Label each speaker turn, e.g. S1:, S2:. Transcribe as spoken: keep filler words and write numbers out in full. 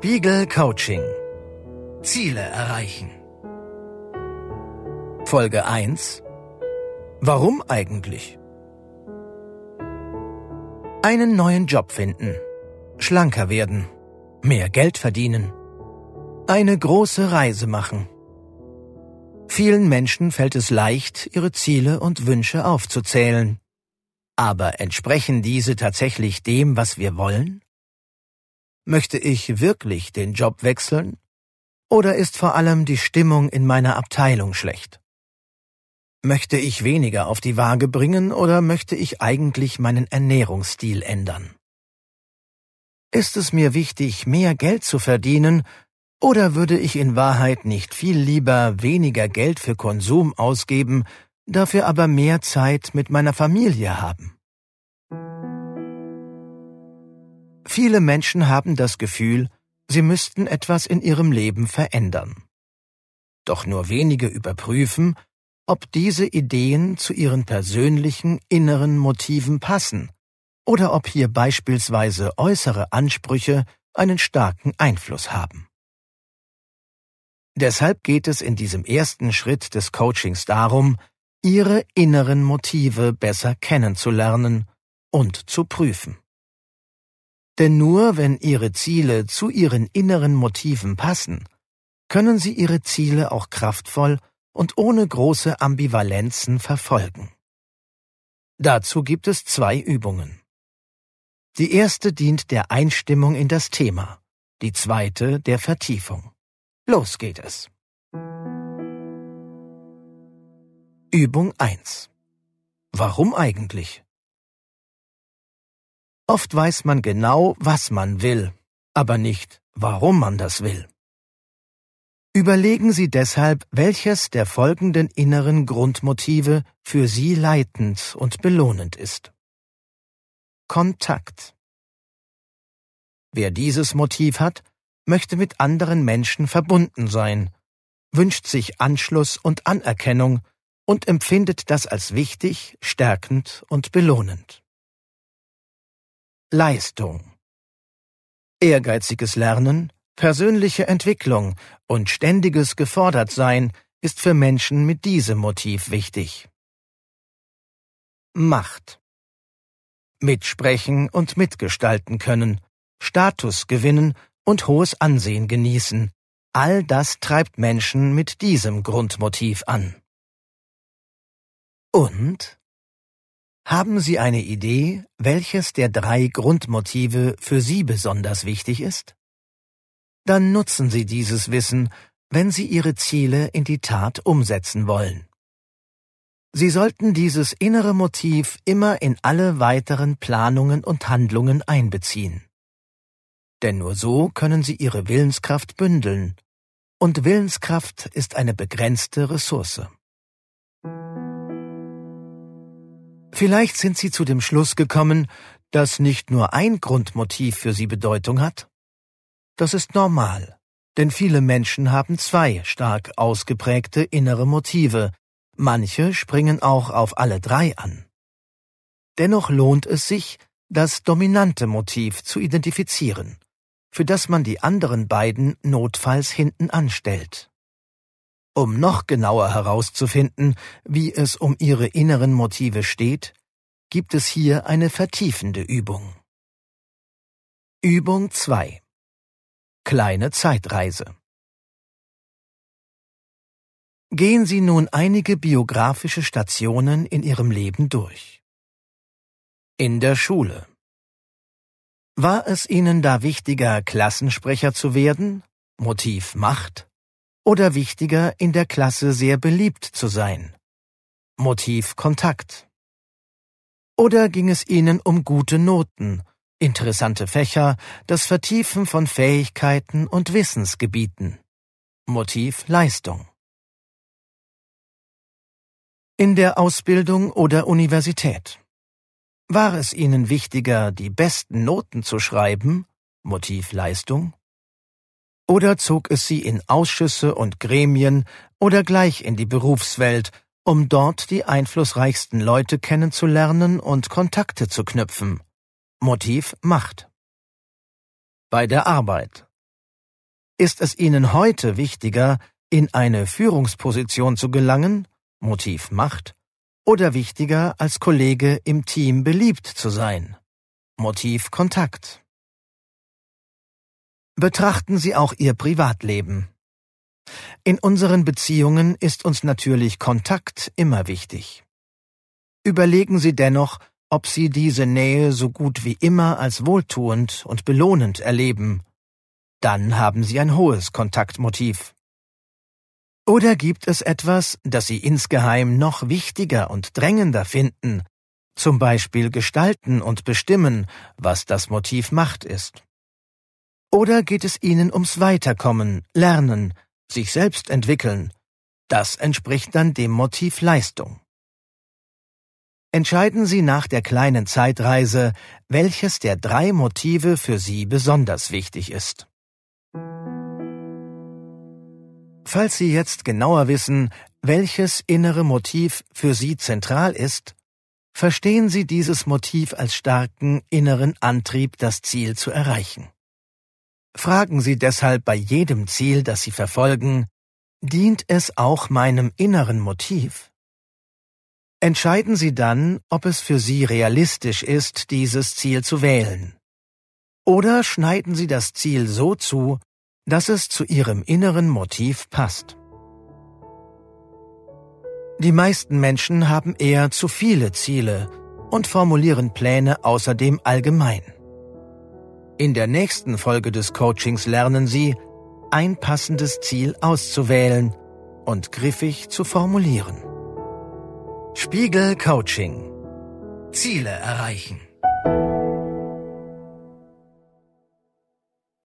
S1: Spiegel Coaching. Ziele erreichen. Folge eins. Warum eigentlich? Einen neuen Job finden, schlanker werden, mehr Geld verdienen, eine große Reise machen. Vielen Menschen fällt es leicht, ihre Ziele und Wünsche aufzuzählen. Aber entsprechen diese tatsächlich dem, was wir wollen? Möchte ich wirklich den Job wechseln? Oder ist vor allem die Stimmung in meiner Abteilung schlecht? Möchte ich weniger auf die Waage bringen oder möchte ich eigentlich meinen Ernährungsstil ändern? Ist es mir wichtig, mehr Geld zu verdienen, oder würde ich in Wahrheit nicht viel lieber weniger Geld für Konsum ausgeben, dafür aber mehr Zeit mit meiner Familie haben? Viele Menschen haben das Gefühl, sie müssten etwas in ihrem Leben verändern. Doch nur wenige überprüfen, ob diese Ideen zu ihren persönlichen inneren Motiven passen oder ob hier beispielsweise äußere Ansprüche einen starken Einfluss haben. Deshalb geht es in diesem ersten Schritt des Coachings darum, Ihre inneren Motive besser kennenzulernen und zu prüfen. Denn nur wenn Ihre Ziele zu Ihren inneren Motiven passen, können Sie Ihre Ziele auch kraftvoll und ohne große Ambivalenzen verfolgen. Dazu gibt es zwei Übungen. Die erste dient der Einstimmung in das Thema, die zweite der Vertiefung. Los geht es. Übung eins. Warum eigentlich? Oft weiß man genau, was man will, aber nicht, warum man das will. Überlegen Sie deshalb, welches der folgenden inneren Grundmotive für Sie leitend und belohnend ist. Kontakt. Wer dieses Motiv hat, möchte mit anderen Menschen verbunden sein, wünscht sich Anschluss und Anerkennung und empfindet das als wichtig, stärkend und belohnend. Leistung. Ehrgeiziges Lernen, persönliche Entwicklung und ständiges Gefordertsein ist für Menschen mit diesem Motiv wichtig. Macht. Mitsprechen und mitgestalten können, Status gewinnen und hohes Ansehen genießen. All das treibt Menschen mit diesem Grundmotiv an. Und? Haben Sie eine Idee, welches der drei Grundmotive für Sie besonders wichtig ist? Dann nutzen Sie dieses Wissen, wenn Sie Ihre Ziele in die Tat umsetzen wollen. Sie sollten dieses innere Motiv immer in alle weiteren Planungen und Handlungen einbeziehen. Denn nur so können Sie Ihre Willenskraft bündeln. Und Willenskraft ist eine begrenzte Ressource. Vielleicht sind Sie zu dem Schluss gekommen, dass nicht nur ein Grundmotiv für Sie Bedeutung hat. Das ist normal, denn viele Menschen haben zwei stark ausgeprägte innere Motive. Manche springen auch auf alle drei an. Dennoch lohnt es sich, das dominante Motiv zu identifizieren, für das man die anderen beiden notfalls hinten anstellt. Um noch genauer herauszufinden, wie es um Ihre inneren Motive steht, gibt es hier eine vertiefende Übung. Übung zwei. Kleine Zeitreise. Gehen Sie nun einige biografische Stationen in Ihrem Leben durch. In der Schule. War es Ihnen da wichtiger, Klassensprecher zu werden, Motiv Macht, oder wichtiger, in der Klasse sehr beliebt zu sein, Motiv Kontakt? Oder ging es Ihnen um gute Noten, interessante Fächer, das Vertiefen von Fähigkeiten und Wissensgebieten, Motiv Leistung? In der Ausbildung oder Universität. War es Ihnen wichtiger, die besten Noten zu schreiben, Motiv Leistung? Oder zog es Sie in Ausschüsse und Gremien oder gleich in die Berufswelt, um dort die einflussreichsten Leute kennenzulernen und Kontakte zu knüpfen, Motiv Macht? Bei der Arbeit. Ist es Ihnen heute wichtiger, in eine Führungsposition zu gelangen, Motiv Macht, oder wichtiger, als Kollege im Team beliebt zu sein, Motiv Kontakt? Betrachten Sie auch Ihr Privatleben. In unseren Beziehungen ist uns natürlich Kontakt immer wichtig. Überlegen Sie dennoch, ob Sie diese Nähe so gut wie immer als wohltuend und belohnend erleben. Dann haben Sie ein hohes Kontaktmotiv. Oder gibt es etwas, das Sie insgeheim noch wichtiger und drängender finden, zum Beispiel gestalten und bestimmen, was das Motiv Macht ist? Oder geht es Ihnen ums Weiterkommen, Lernen, sich selbst entwickeln? Das entspricht dann dem Motiv Leistung. Entscheiden Sie nach der kleinen Zeitreise, welches der drei Motive für Sie besonders wichtig ist. Falls Sie jetzt genauer wissen, welches innere Motiv für Sie zentral ist, verstehen Sie dieses Motiv als starken inneren Antrieb, das Ziel zu erreichen. Fragen Sie deshalb bei jedem Ziel, das Sie verfolgen, dient es auch meinem inneren Motiv? Entscheiden Sie dann, ob es für Sie realistisch ist, dieses Ziel zu wählen. Oder schneiden Sie das Ziel so zu, dass es zu Ihrem inneren Motiv passt. Die meisten Menschen haben eher zu viele Ziele und formulieren Pläne außerdem allgemein. In der nächsten Folge des Coachings lernen Sie, ein passendes Ziel auszuwählen und griffig zu formulieren. Spiegel Coaching. Ziele erreichen.